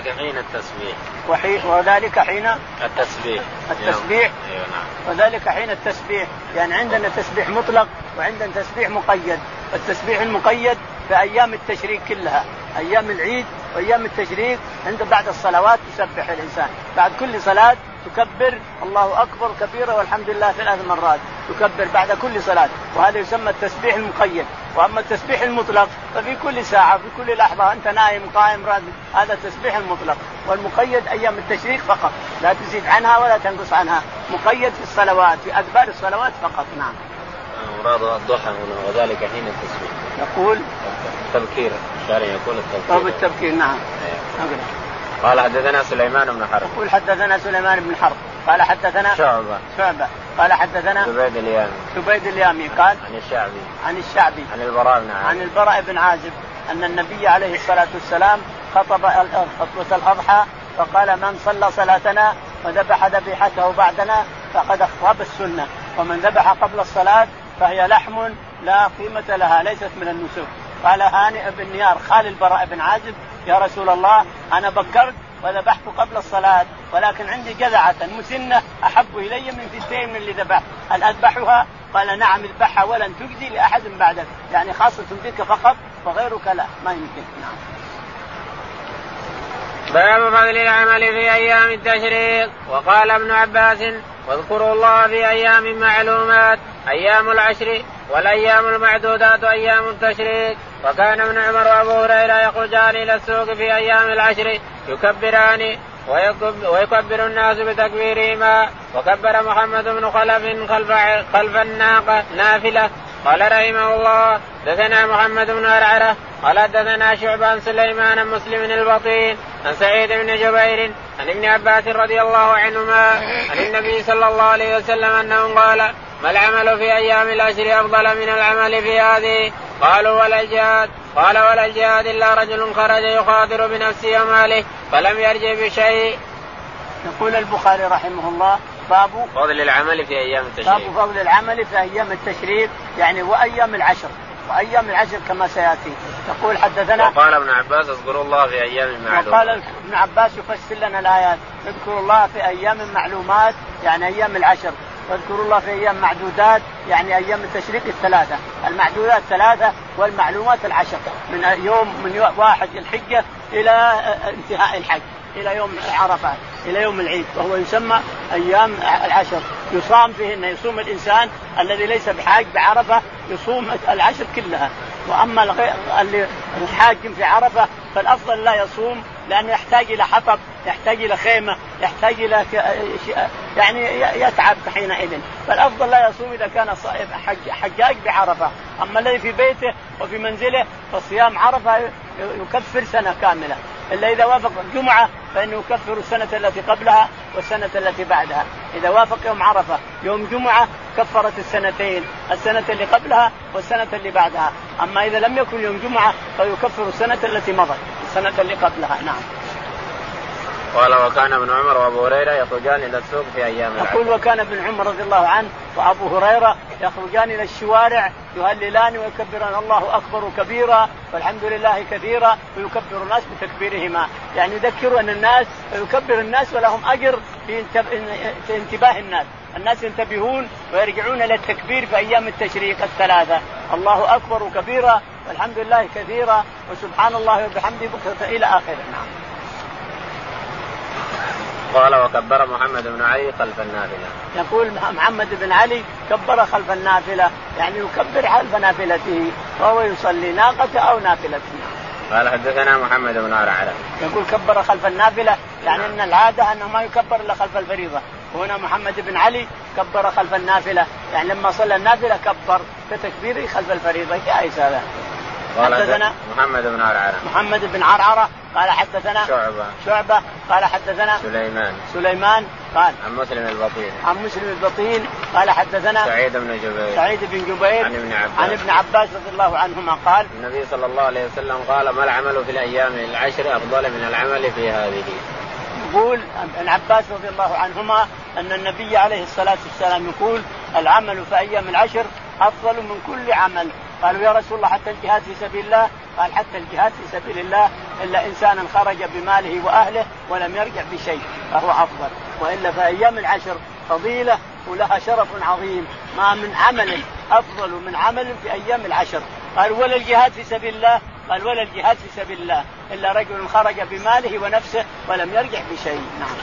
وذلك حين التسبيح وذلك حين التسبيح يعني عندنا تسبيح مطلق وعندنا تسبيح مقيد. التسبيح المقيد في أيام التشريق كلها أيام العيد وأيام التشريق عند بعد الصلوات يسبح الإنسان بعد كل صلاة تكبر الله أكبر كبيرة والحمد لله 3 مرات تكبر بعد كل صلاة وهذا يسمى التسبيح المقيد. وأما التسبيح المطلق ففي كل ساعة في كل لحظة أنت نائم قائم راد هذا التسبيح المطلق. والمقيد أيام التشريق فقط لا تزيد عنها ولا تنقص عنها مقيد في الصلوات في أدبار الصلوات فقط. نعم. مراد الضحى وذلك حين التسبيح. يقول التبكير الشارع يقول التبكير. نعم. قال حدثنا سليمان بن حرب يقول حدثنا سليمان بن حرب قال حدثنا شعبة قال حدثنا زبيد اليامي قال عن الشعبي عن البراء بن عازب أن النبي عليه الصلاة والسلام خطب خطبة الأضحى فقال من صلى صلاتنا وذبح ذبيحته بعدنا فقد أخطب السنة ومن ذبح قبل الصلاة فهي لحم لا قيمة لها ليست من النسك. قال هانئ بن نيار خال البراء بن عازب يا رسول الله أنا بكرت وذبحت قبل الصلاة ولكن عندي جزعة مسنة أحب إلي من 2 من اللي ذبحت هل أذبحها؟ قال نعم اذبحها ولن تجزي لأحد بعدك يعني خاصة بك فقط وغيرك لا ما يمكن. نعم. باب فضل العمل في أيام التشريق. وقال ابن عباس واذكروا الله في أيام معلومات أيام العشر والأيام المعدودات أيام التشريق. وكان ابن عمر وأبو هريرة يخرجان إلى السوق في أيام العشر يكبران ويكبر الناس بتكبيرهما. وكبر محمد بن خلف الناقة نافلة. قال رحمه الله دثنا محمد بن عرعرة قال دثنا شعبة عن سليمان مسلم البطين عن سعيد بن جبير عن ابن عباس رضي الله عنهما عن النبي صلى الله عليه وسلم أنه قال ما العمل في أيام العشر أفضل من العمل في هذه؟ قالوا ولا الجهاد؟ قال ولا الجهاد إلا رجل خرج يخاطر بنفسه وماله فلم يرجع بشيء. يقول البخاري رحمه الله باب فضل العمل في أيام التشريق. باب فضل العمل في أيام التشريق يعني وأيام العشر كما سيأتي. يقول حدثنا وقال ابن عباس اذكروا الله في أيام معلومات. وقال ابن عباس يفسر لنا الآيات اذكروا الله في أيام معلومات يعني أيام العشر واذكروا الله في أيام معدودات يعني أيام التشريق 3 المعدودات 3 والمعلومات 10 من 1 الحجة إلى انتهاء الحج إلى يوم عرفة إلى يوم العيد وهو يسمى أيام العشر يصام فيهن. يصوم الإنسان الذي ليس بحاج بعرفة يصوم العشر كلها. وأما الحاكم في عرفة فالأفضل لا يصوم لأنه يحتاج إلى حطب، يحتاج إلى خيمة، يحتاج إلى يعني يتعب حينئذ. فالأفضل لا يصوم إذا كان حجاج بعرفة. أما الذي في بيته وفي منزله فصيام عرفة يكفر سنة كاملة، إلا إذا وافق الجمعة فإنه يكفر السنة التي قبلها والسنة التي بعدها. إذا وافق يوم عرفة يوم جمعة كفرت السنتين، السنة اللي قبلها والسنة اللي بعدها. أما إذا لم يكن يوم جمعة فيكفر السنة التي مضت، السنة اللي قبلها. نعم. قال وكان ابن عمر وابو هريرة يخرجان إلى السوق في أيام العشر. يقول وكان ابن عمر رضي الله عنه وأبو هريرة يخرجان إلى الشوارع يهللان ويكبران الله أكبر كبيرا والحمد لله كثيرا ويكبر الناس بتكبيرهما، يعني يذكرون الناس ويكبر الناس ولهم أجر في انتباه الناس. الناس ينتبهون ويرجعون إلى التكبير في أيام التشريق الثلاثة، الله أكبر كبيرا والحمد لله كثيرا وسبحان الله وبحمده بكرة إلى آخره. نعم. قال وكبر محمد بن علي خلف النافلة. يقول محمد بن علي كبر خلف النافلة، يعني يكبر خلف نافلته وهو يصلي ناقته أو نافلته. قال حدثنا محمد بن عرعرة. يقول كبر خلف النافلة، يعني أن العادة أنه ما يكبر إلا خلف الفريضة. وهنا محمد بن علي كبر خلف النافلة، يعني لما صلى النافلة كبر كتكبيره خلف الفريضة. جائز هذا. حدثنا محمد بن عرعرة قال حدثنا شعبة قال حدثنا سليمان قال عن مسلم البطين قال حدثنا سعيد بن جبير عن ابن عباس رضي الله عنهما قال النبي صلى الله عليه وسلم قال ما العمل في الأيام العشر أفضل من العمل في هذه. يقول ابن عباس رضي الله عنهما أن النبي عليه الصلاة والسلام يقول العمل في أيام العشر أفضل من كل عمل. قالوا يا رسول الله حتى الجهاد في سبيل الله؟ قال حتى الجهاد في سبيل الله إلا إنسانا خرج بماله وأهله ولم يرجع بشيء فهو أفضل. وإلا في أيام العشر فضيلة ولها شرف عظيم، ما من عمل أفضل من عمل في أيام العشر. قال ولا الجهاد في سبيل الله؟ قال ولا الجهاد في سبيل الله إلا رجل خرج بماله ونفسه ولم يرجع بشيء. نعم.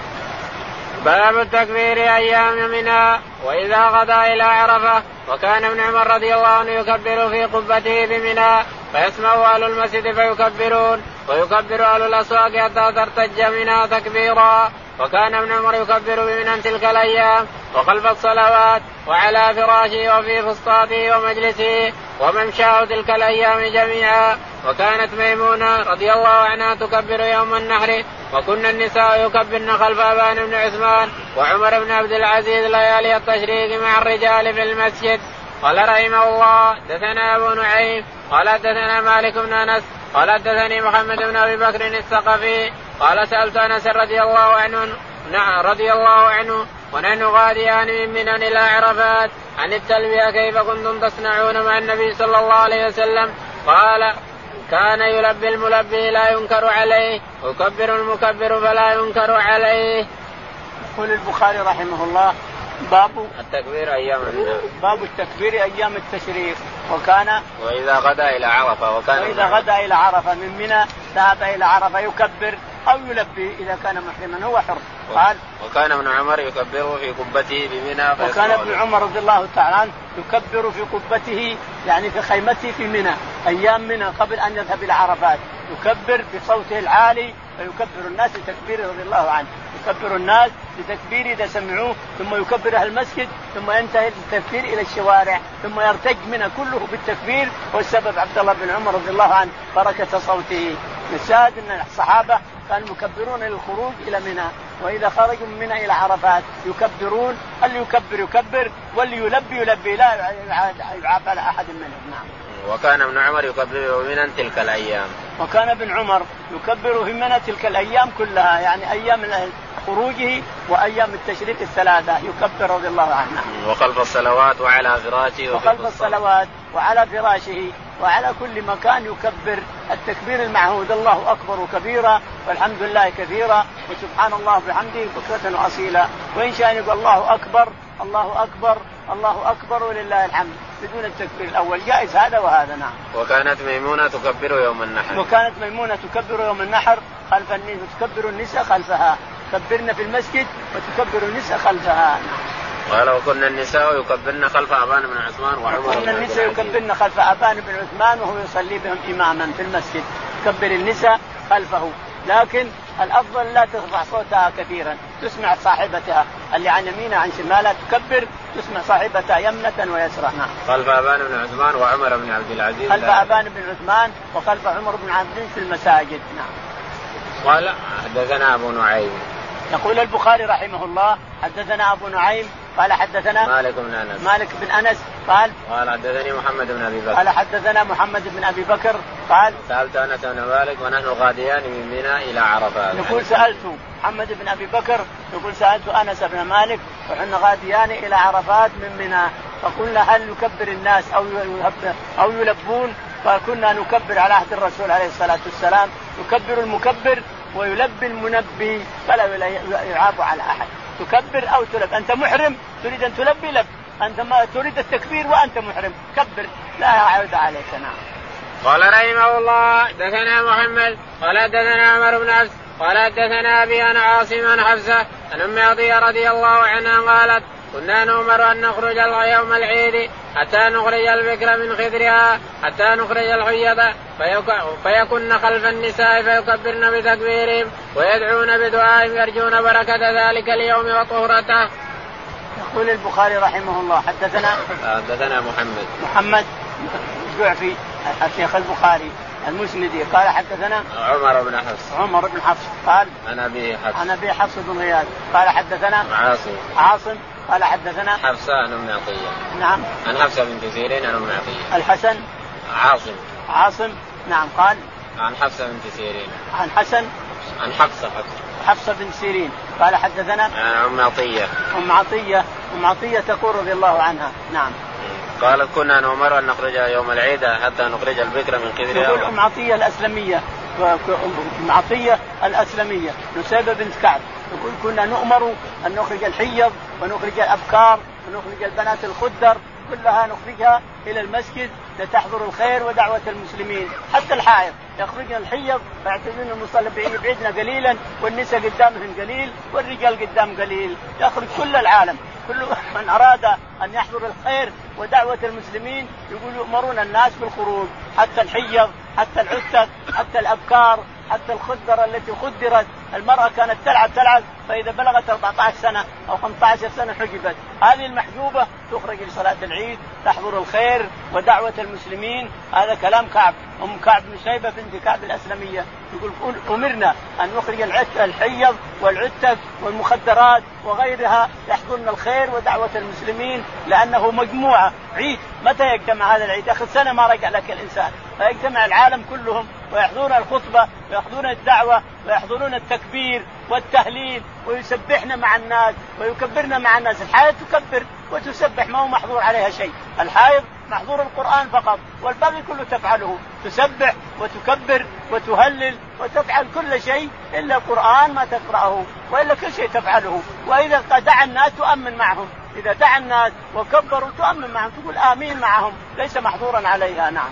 باب التكبير أيام منى وإذا غدا إلى عرفة. وكان ابن عمر رضي الله عنه يكبر في قبته بمنى فيسمع أهل المسجد فيكبرون ويكبر أهل الأسواق حتى ترتج منى تكبيرا. وكان ابن عمر يكبر بمنى تلك الأيام وخلف الصلوات وعلى فراشه وفي فسطاته ومجلسه وممشاه تلك الأيام جميعا. وكانت ميمونة رضي الله عنها تكبر يوم النحر وكنا النساء يكبرن خلف أبان بن عثمان وعمر بن عبد العزيز ليالي التشريق مع الرجال في المسجد. قال رحمه الله دثنا أبو نعيم قال دثنا مالك بن أنس قال دثني محمد بن أبي بكر الثقفي قال سألت أنس رضي الله عنه ونحن غاديان من منى إلى عرفات عن التلبية كيف كنتم تصنعون مع النبي صلى الله عليه وسلم؟ قال كان يلبي الملبي لا ينكر عليه ويكبر المكبر فلا ينكر عليه. يقول البخاري رحمه الله باب التكبير أيام منى. باب التكبير أيام التشريق. وكان وإذا غدا إلى عرفة من منى ذهب إلى عرفة يكبر أو يلبي إذا كان محرما هو حر. قال وكان ابن عمر يكبر في قبته بمنى. وكان ابن عمر رضي الله تعالى عنه يكبر في قبته يعني في خيمته في منى أيام منى قبل أن يذهب إلى عرفات، يكبر بصوته العالي ويكبر الناس بتكبيره رضي الله عنه. يكبر الناس بتكبيره إذا سمعوه ثم يكبر أهل المسجد ثم ينتهي التكبير إلى الشوارع ثم يرتج منى كله بالتكبير. والسبب عبد الله بن عمر رضي الله عنه بركة صوته. الشاهد أن الصحابة كانوا يكبرون للخروج إلى منى وإذا خرجوا من منى إلى عرفات يكبرون، اللي يكبر واللي يلبي لا يعاب على أحد منهم. نعم. وكان ابن عمر يكبر في منى تلك الأيام. وكان ابن عمر يكبر في منى تلك الأيام كلها يعني أيام خروجه وأيام التشريق الثلاثة يكبر رضي الله عنه. وخلف الصلوات وعلى فراشه وعلى كل مكان يكبر التكبير المعهود الله أكبر كبيرا والحمد لله كثيرا وسبحان الله بحمده بكرة وأصيلا. وإن شاء يقول الله أكبر الله أكبر الله أكبر ولله الحمد بدون التكبير الأول. جائز هذا وهذا. نعم. وكانت ميمونة تكبر يوم النحر خلف النساء تكبر النساء خلفها، كبرنا في المسجد وتكبر النساء خلفها. قال وكنا النساء يكبرن خلف أبان بن عثمان وعمر. كنا النساء يكبرن خلف أبان بن عثمان وهو يصلي بهم إماما في المسجد، كبر النساء خلفه، لكن الأفضل لا ترفع صوتها كثيرا، تسمع صاحبتها اللي عن يمينها عن شمالها تكبر، تسمع صاحبتها يمنة ويسرى. خلف أبان بن عثمان وعمر بن عبد العزيز. خلف أبان بن عثمان وخلف عمر بن عبد العزيز في المساجد. نعم. قال حدثنا أبو نعيم. يقول البخاري رحمه الله حدثنا أبو نعيم قال حدثنا مالك بن أنس قال حدثني محمد بن أبي بكر قال حدثنا محمد بن أبي بكر قال سألت أنس بن مالك ونحن غاديان من منى إلى عرفات. يقول سألت محمد بن أبي بكر يقول سألت أنس بن مالك ونحن غاديان إلى عرفات من منى، فقلنا هل نكبر الناس أو يلبون؟ فكنا نكبر على عهد الرسول عليه الصلاة والسلام، يكبر المكبر ويلبي المنبي فلا يعاب على أحد، تكبر أو تلب، أنت محرم تريد أن تلبي لب، أنت ما تريد التكبير وأنت محرم كبر لا يعود عليك. نعم. قال رحمه الله دثنا محمد قال دثنا عمر بن عبس قال دثنا أبي عن عاصم عن حفصة عن أم عطية رضي الله عنها قالت كنا نؤمر أن نخرج يوم العيد حتى نخرج البكر من خدرها حتى نخرج الحيض فيكن خلف النساء فيكبرن بتكبيرهم ويدعون بدعائهم يرجون بركة ذلك اليوم وطهرته. يقول البخاري رحمه الله حدثنا محمد الجعفي الشيخ البخاري المسندي قال حدثنا عمر بن حفص قال عن أبي حفص بن غياث قال حدثنا عاصم قال حدثنا حفصة عن أم عطية. نعم. عن حفصة بنت سيرين عن أم عطية. الحسن عاصم نعم قال عن حفصة بنت سيرين عن حسن عن حفصة بنت سيرين قال حدثنا أم عطية تقول رضي الله عنها. نعم. قالت كنا نؤمر أن نخرج يوم العيد حتى نخرج البكر من خدرها. يقول أم عطية الأسلمية نسيبة بنت كعب يقول كنا نؤمر أن نخرج الحيض ونخرج الأبكار ونخرج البنات الخدر كلها نخرجها إلى المسجد لتحضر الخير ودعوة المسلمين، حتى الحائض يخرجن الحيض فيعتذرون المصلى بعيدنا قليلا والنساء قدامهن قليل والرجال قدام قليل، يخرج كل العالم كل من أراد أن يحضر الخير ودعوة المسلمين يقول يؤمرون الناس بالخروج، حتى الحيض حتى العتق حتى الأبكار حتى الخدر التي خدرت المرأة كانت تلعب فإذا بلغت 14 سنة أو 15 سنة حجبت، هذه المحجوبة تخرج لصلاة العيد تحضر الخير ودعوة المسلمين. هذا كلام أم كعب بن شيبة بنت كعب الأسلمية يقول أمرنا أن نخرج الحيض والعتق والمخدرات وغيرها يحضرن الخير ودعوة المسلمين لأنه مجموعة عيد. متى يجتمع هذا العيد؟ آخر سنة ما رجع لك الإنسان، فيجتمع العالم كلهم ويحضرون الخطبة ويحضرون الدعوة ويحضرون التكبير والتهليل ويسبحنا مع الناس ويكبرنا مع الناس. الحائض تكبر وتسبح ما هو محظور عليها شيء، الحائض محظور القرآن فقط والباقي كله تفعله، تسبح وتكبر وتهلل وتفعل كل شيء إلا القرآن ما تقرأه وإلا كل شيء تفعله. وإذا دعا الناس تؤمن معهم، إذا دعا الناس وكبروا تؤمن معهم تقول آمين معهم، ليس محظورا عليها. نعم.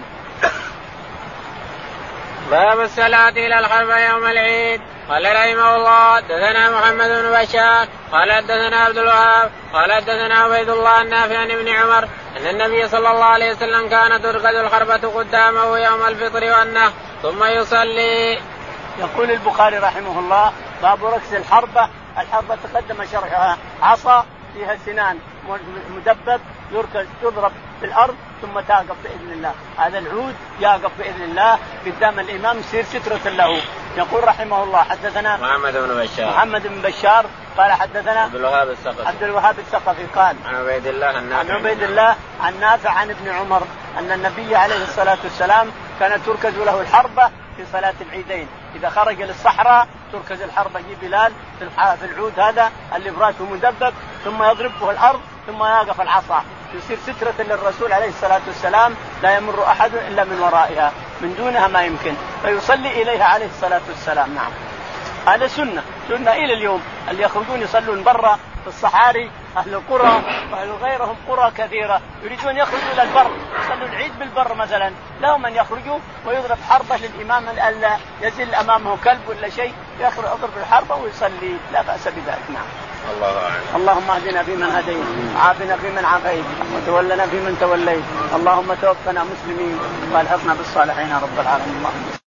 باب الصلاة إلى الخلف يوم العيد. قال رحمه الله دثنا محمد بن بشار قال دثنا عبد الوهاب قال دثنا عبيد الله النافع عن ابن عمر أن النبي صلى الله عليه وسلم كان ترقد الحربة قدامه يوم الفطر والنحر ثم يصلي. يقول البخاري رحمه الله باب ركز الحربة تقدم شرحها، عصا فيها سنان مدبب يركز تضرب في الأرض ثم تقف بإذن الله، هذا العود يقف بإذن الله قدام الإمام يصير سترة له. يقول رحمه الله حدثنا محمد بن بشار قال حدثنا عبد الوهاب الثقفي قال عن عبيد الله عن نافع عن ابن عمر أن النبي عليه الصلاة والسلام كانت تركز له الحربة في صلاة العيدين، إذا خرج للصحراء تركز الحربة يجي بلال في العود هذا اللي براسه مدبب ثم يضربه الأرض ثم يقف العصا يصير سترة للرسول عليه الصلاة والسلام لا يمر أحد إلا من ورائها، من دونها ما يمكن، فيصلي إليها عليه الصلاة والسلام. نعم. هذا سنة إلى اليوم اللي يخرجون يصلون برا في الصحاري أهل القرى وأهل غيرهم قرى كثيرة يريدون يخرجوا إلى البر يصلوا العيد بالبر مثلا، لهم أن يخرجوا ويضرب حربة للإمام ألا يزل أمامه كلب ولا شيء، يضرب الحربة ويصلي، لا بأس بذلك. نعم. الله أعلم. اللهم اهدنا فيمن هديت، عافنا فيمن عافيت، وتولنا فيمن توليت، اللهم توفنا مسلمين والحقنا بالصالحين رب العالمين.